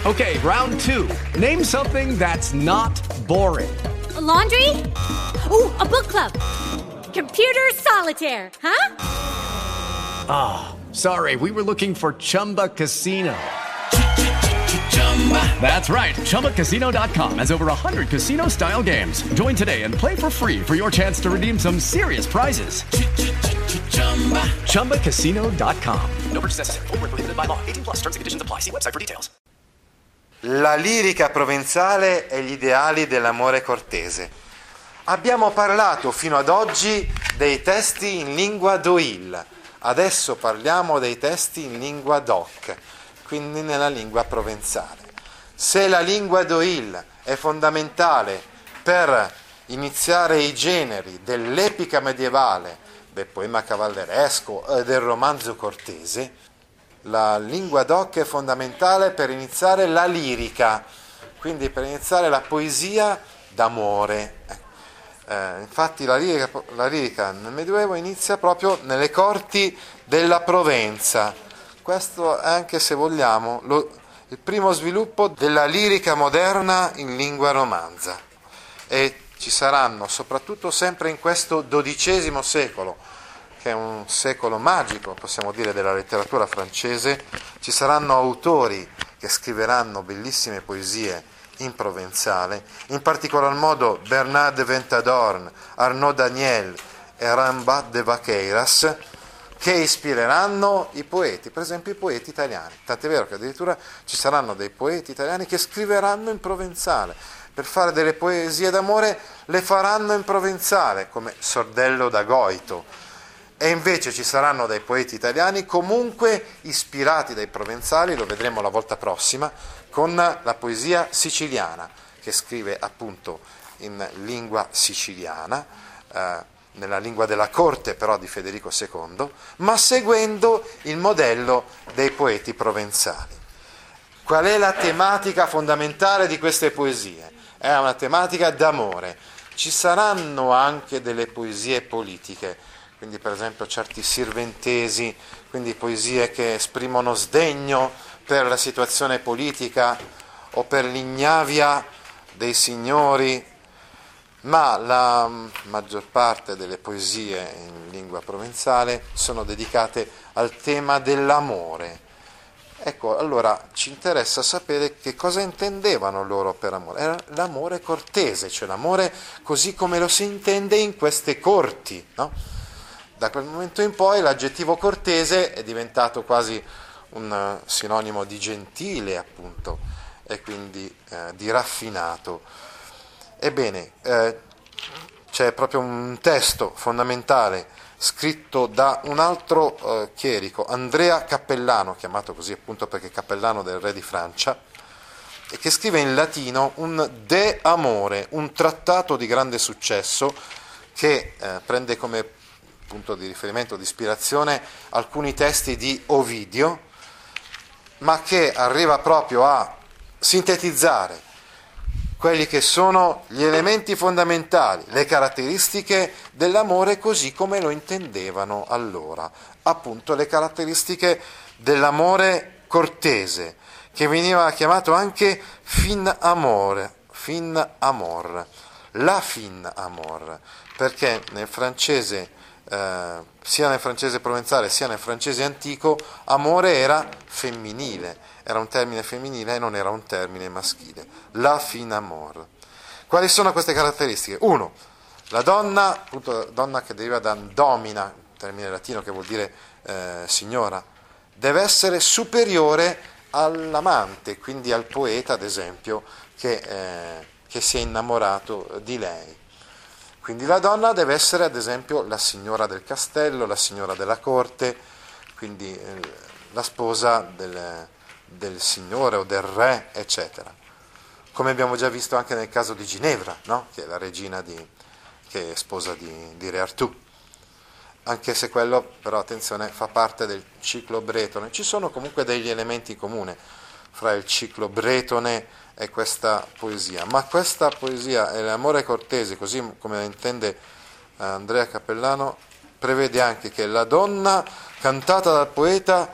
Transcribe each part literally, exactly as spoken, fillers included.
Okay, round two. Name something that's not boring. A laundry? Ooh, a book club. Computer solitaire, huh? Ah, oh, sorry, we were looking for Chumba Casino. That's right, Chumba Casino dot com has over one hundred casino-style games. Join today and play for free for your chance to redeem some serious prizes. Chumba Casino dot com. No purchase necessary. Void where prohibited by law. eighteen plus terms and conditions apply. See website for details. La lirica provenzale e gli ideali dell'amore cortese. Abbiamo parlato fino ad oggi dei testi in lingua d'Oïl, adesso parliamo dei testi in lingua d'Oc, quindi nella lingua provenzale. Se la lingua d'Oïl è fondamentale per iniziare i generi dell'epica medievale, del poema cavalleresco e del romanzo cortese, la lingua d'Oc è fondamentale per iniziare la lirica, quindi per iniziare la poesia d'amore. Eh, infatti la lirica, la lirica nel Medioevo inizia proprio nelle corti della Provenza. Questo è, anche se vogliamo, lo, il primo sviluppo della lirica moderna in lingua romanza. E ci saranno, soprattutto sempre in questo dodicesimo secolo, che è un secolo magico, possiamo dire, della letteratura francese, ci saranno autori che scriveranno bellissime poesie in provenzale, in particolar modo Bernard de Ventadorn, Arnaud Daniel e Rambat de Vaqueiras, che ispireranno i poeti, per esempio i poeti italiani. Tant'è vero che addirittura ci saranno dei poeti italiani che scriveranno in provenzale. Per fare delle poesie d'amore le faranno in provenzale, come Sordello da Goito. E invece ci saranno dei poeti italiani comunque ispirati dai provenzali, lo vedremo la volta prossima, con la poesia siciliana, che scrive appunto in lingua siciliana, eh, nella lingua della corte però di Federico secondo, ma seguendo il modello dei poeti provenzali. Qual è la tematica fondamentale di queste poesie? È una tematica d'amore. Ci saranno anche delle poesie politiche, quindi per esempio certi sirventesi, quindi poesie che esprimono sdegno per la situazione politica o per l'ignavia dei signori, ma la maggior parte delle poesie in lingua provenzale sono dedicate al tema dell'amore. Ecco, allora ci interessa sapere che cosa intendevano loro per amore. Era l'amore cortese, cioè l'amore così come lo si intende in queste corti, no? Da quel momento in poi l'aggettivo cortese è diventato quasi un sinonimo di gentile, appunto, e quindi eh, di raffinato. Ebbene, eh, c'è proprio un testo fondamentale scritto da un altro eh, chierico, Andrea Cappellano, chiamato così appunto perché cappellano del re di Francia, e che scrive in latino un De Amore, un trattato di grande successo che eh, prende come punto di riferimento, di ispirazione, alcuni testi di Ovidio, ma che arriva proprio a sintetizzare quelli che sono gli elementi fondamentali, le caratteristiche dell'amore così come lo intendevano allora, appunto le caratteristiche dell'amore cortese, che veniva chiamato anche fin amore, fin amor, la fin amor, perché nel francese Eh, sia nel francese provenzale sia nel francese antico, amore era femminile, era un termine femminile e non era un termine maschile. La fin amor. Quali sono queste caratteristiche? Uno, la donna, appunto donna che deriva da domina, termine latino che vuol dire eh, signora, deve essere superiore all'amante, quindi al poeta ad esempio, che, eh, che si è innamorato di lei. Quindi la donna deve essere ad esempio la signora del castello, la signora della corte, quindi eh, la sposa del, del signore o del re, eccetera. Come abbiamo già visto anche nel caso di Ginevra, no? Che è la regina di, che è sposa di, di Re Artù. Anche se quello, però attenzione, fa parte del ciclo bretone. Ci sono comunque degli elementi in comune fra il ciclo bretone e questa poesia, ma questa poesia e l'amore cortese, così come la intende Andrea Cappellano, prevede anche che la donna cantata dal poeta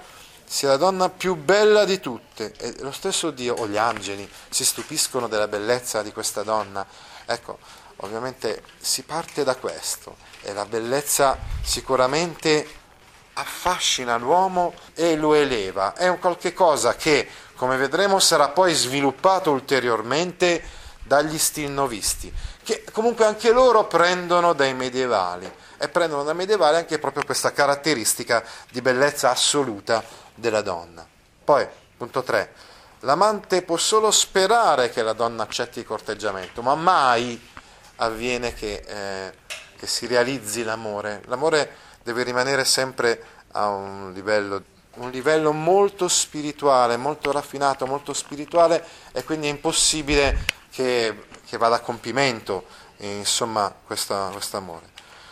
sia la donna più bella di tutte, e lo stesso Dio o gli angeli si stupiscono della bellezza di questa donna. Ecco, ovviamente si parte da questo, e la bellezza sicuramente affascina l'uomo e lo eleva, è un qualche cosa che, come vedremo, sarà poi sviluppato ulteriormente dagli stilnovisti, che comunque anche loro prendono dai medievali, e prendono dai medievali anche proprio questa caratteristica di bellezza assoluta della donna. Poi, punto tre, l'amante può solo sperare che la donna accetti il corteggiamento, ma mai avviene che, eh, che si realizzi l'amore. L'amore deve rimanere sempre a un livello, un livello molto spirituale, molto raffinato, molto spirituale, e quindi è impossibile che, che vada a compimento, insomma, questo amore.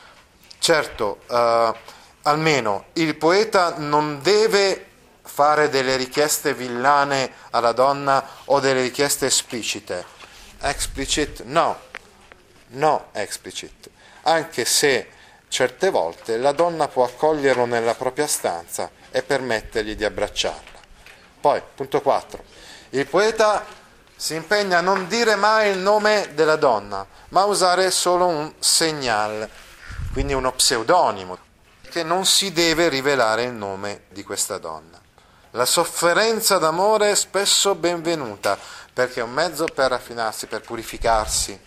Certo, eh, almeno il poeta non deve fare delle richieste villane alla donna o delle richieste esplicite. Explicit, no, no explicit, anche se certe volte la donna può accoglierlo nella propria stanza e permettergli di abbracciarla. Poi, punto quattro, il poeta si impegna a non dire mai il nome della donna, ma a usare solo un segnal, quindi uno pseudonimo, che non si deve rivelare il nome di questa donna. La sofferenza d'amore è spesso benvenuta, perché è un mezzo per raffinarsi, per purificarsi,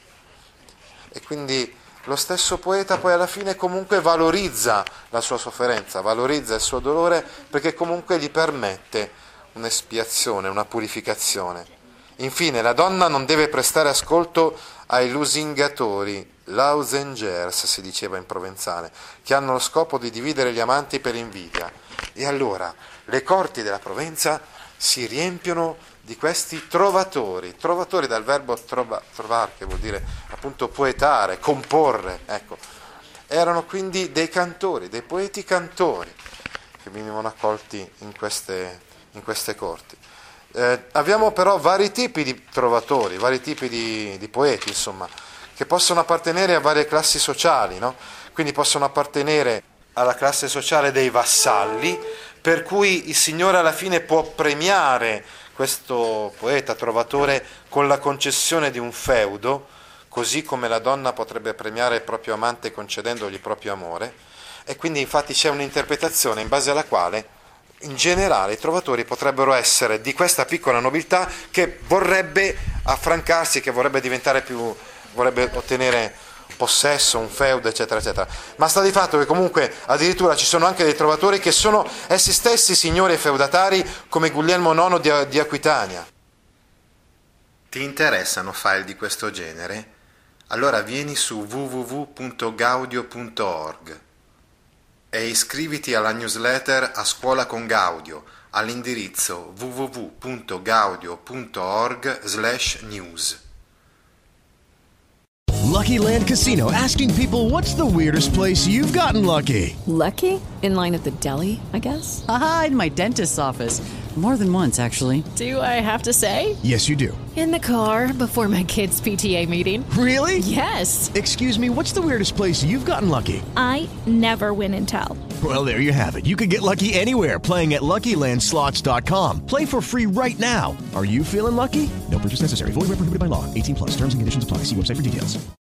e quindi lo stesso poeta poi alla fine comunque valorizza la sua sofferenza, valorizza il suo dolore, perché comunque gli permette un'espiazione, una purificazione. Infine, la donna non deve prestare ascolto ai lusingatori, lausengers si diceva in provenzale, che hanno lo scopo di dividere gli amanti per invidia. E allora le corti della Provenza si riempiono di questi trovatori, trovatori dal verbo trova, trovar, che vuol dire appunto poetare, comporre, ecco. Erano quindi dei cantori, dei poeti cantori, che venivano accolti in queste, in queste corti. Eh, abbiamo però vari tipi di trovatori, vari tipi di, di poeti, insomma, che possono appartenere a varie classi sociali, no? Quindi possono appartenere alla classe sociale dei vassalli, per cui il Signore alla fine può premiare questo poeta trovatore con la concessione di un feudo, così come la donna potrebbe premiare il proprio amante concedendogli il proprio amore, e quindi infatti c'è un'interpretazione in base alla quale in generale i trovatori potrebbero essere di questa piccola nobiltà che vorrebbe affrancarsi, che vorrebbe diventare più, vorrebbe ottenere possesso, un feudo, eccetera, eccetera. Ma sta di fatto che comunque addirittura ci sono anche dei trovatori che sono essi stessi signori e feudatari, come Guglielmo nono di, di Aquitania. Ti interessano file di questo genere? Allora vieni su w w w punto gaudio punto org e iscriviti alla newsletter A Scuola con Gaudio all'indirizzo w w w punto gaudio punto org slash news. Lucky Land Casino, asking people, what's the weirdest place you've gotten lucky? Lucky? In line at the deli, I guess? Aha, in my dentist's office. More than once, actually. Do I have to say? Yes, you do. In the car before my kids' P T A meeting. Really? Yes. Excuse me, what's the weirdest place you've gotten lucky? I never win and tell. Well, there you have it. You can get lucky anywhere, playing at lucky land slots dot com. Play for free right now. Are you feeling lucky? No purchase necessary. Void where prohibited by law. eighteen plus. Terms and conditions apply. See website for details.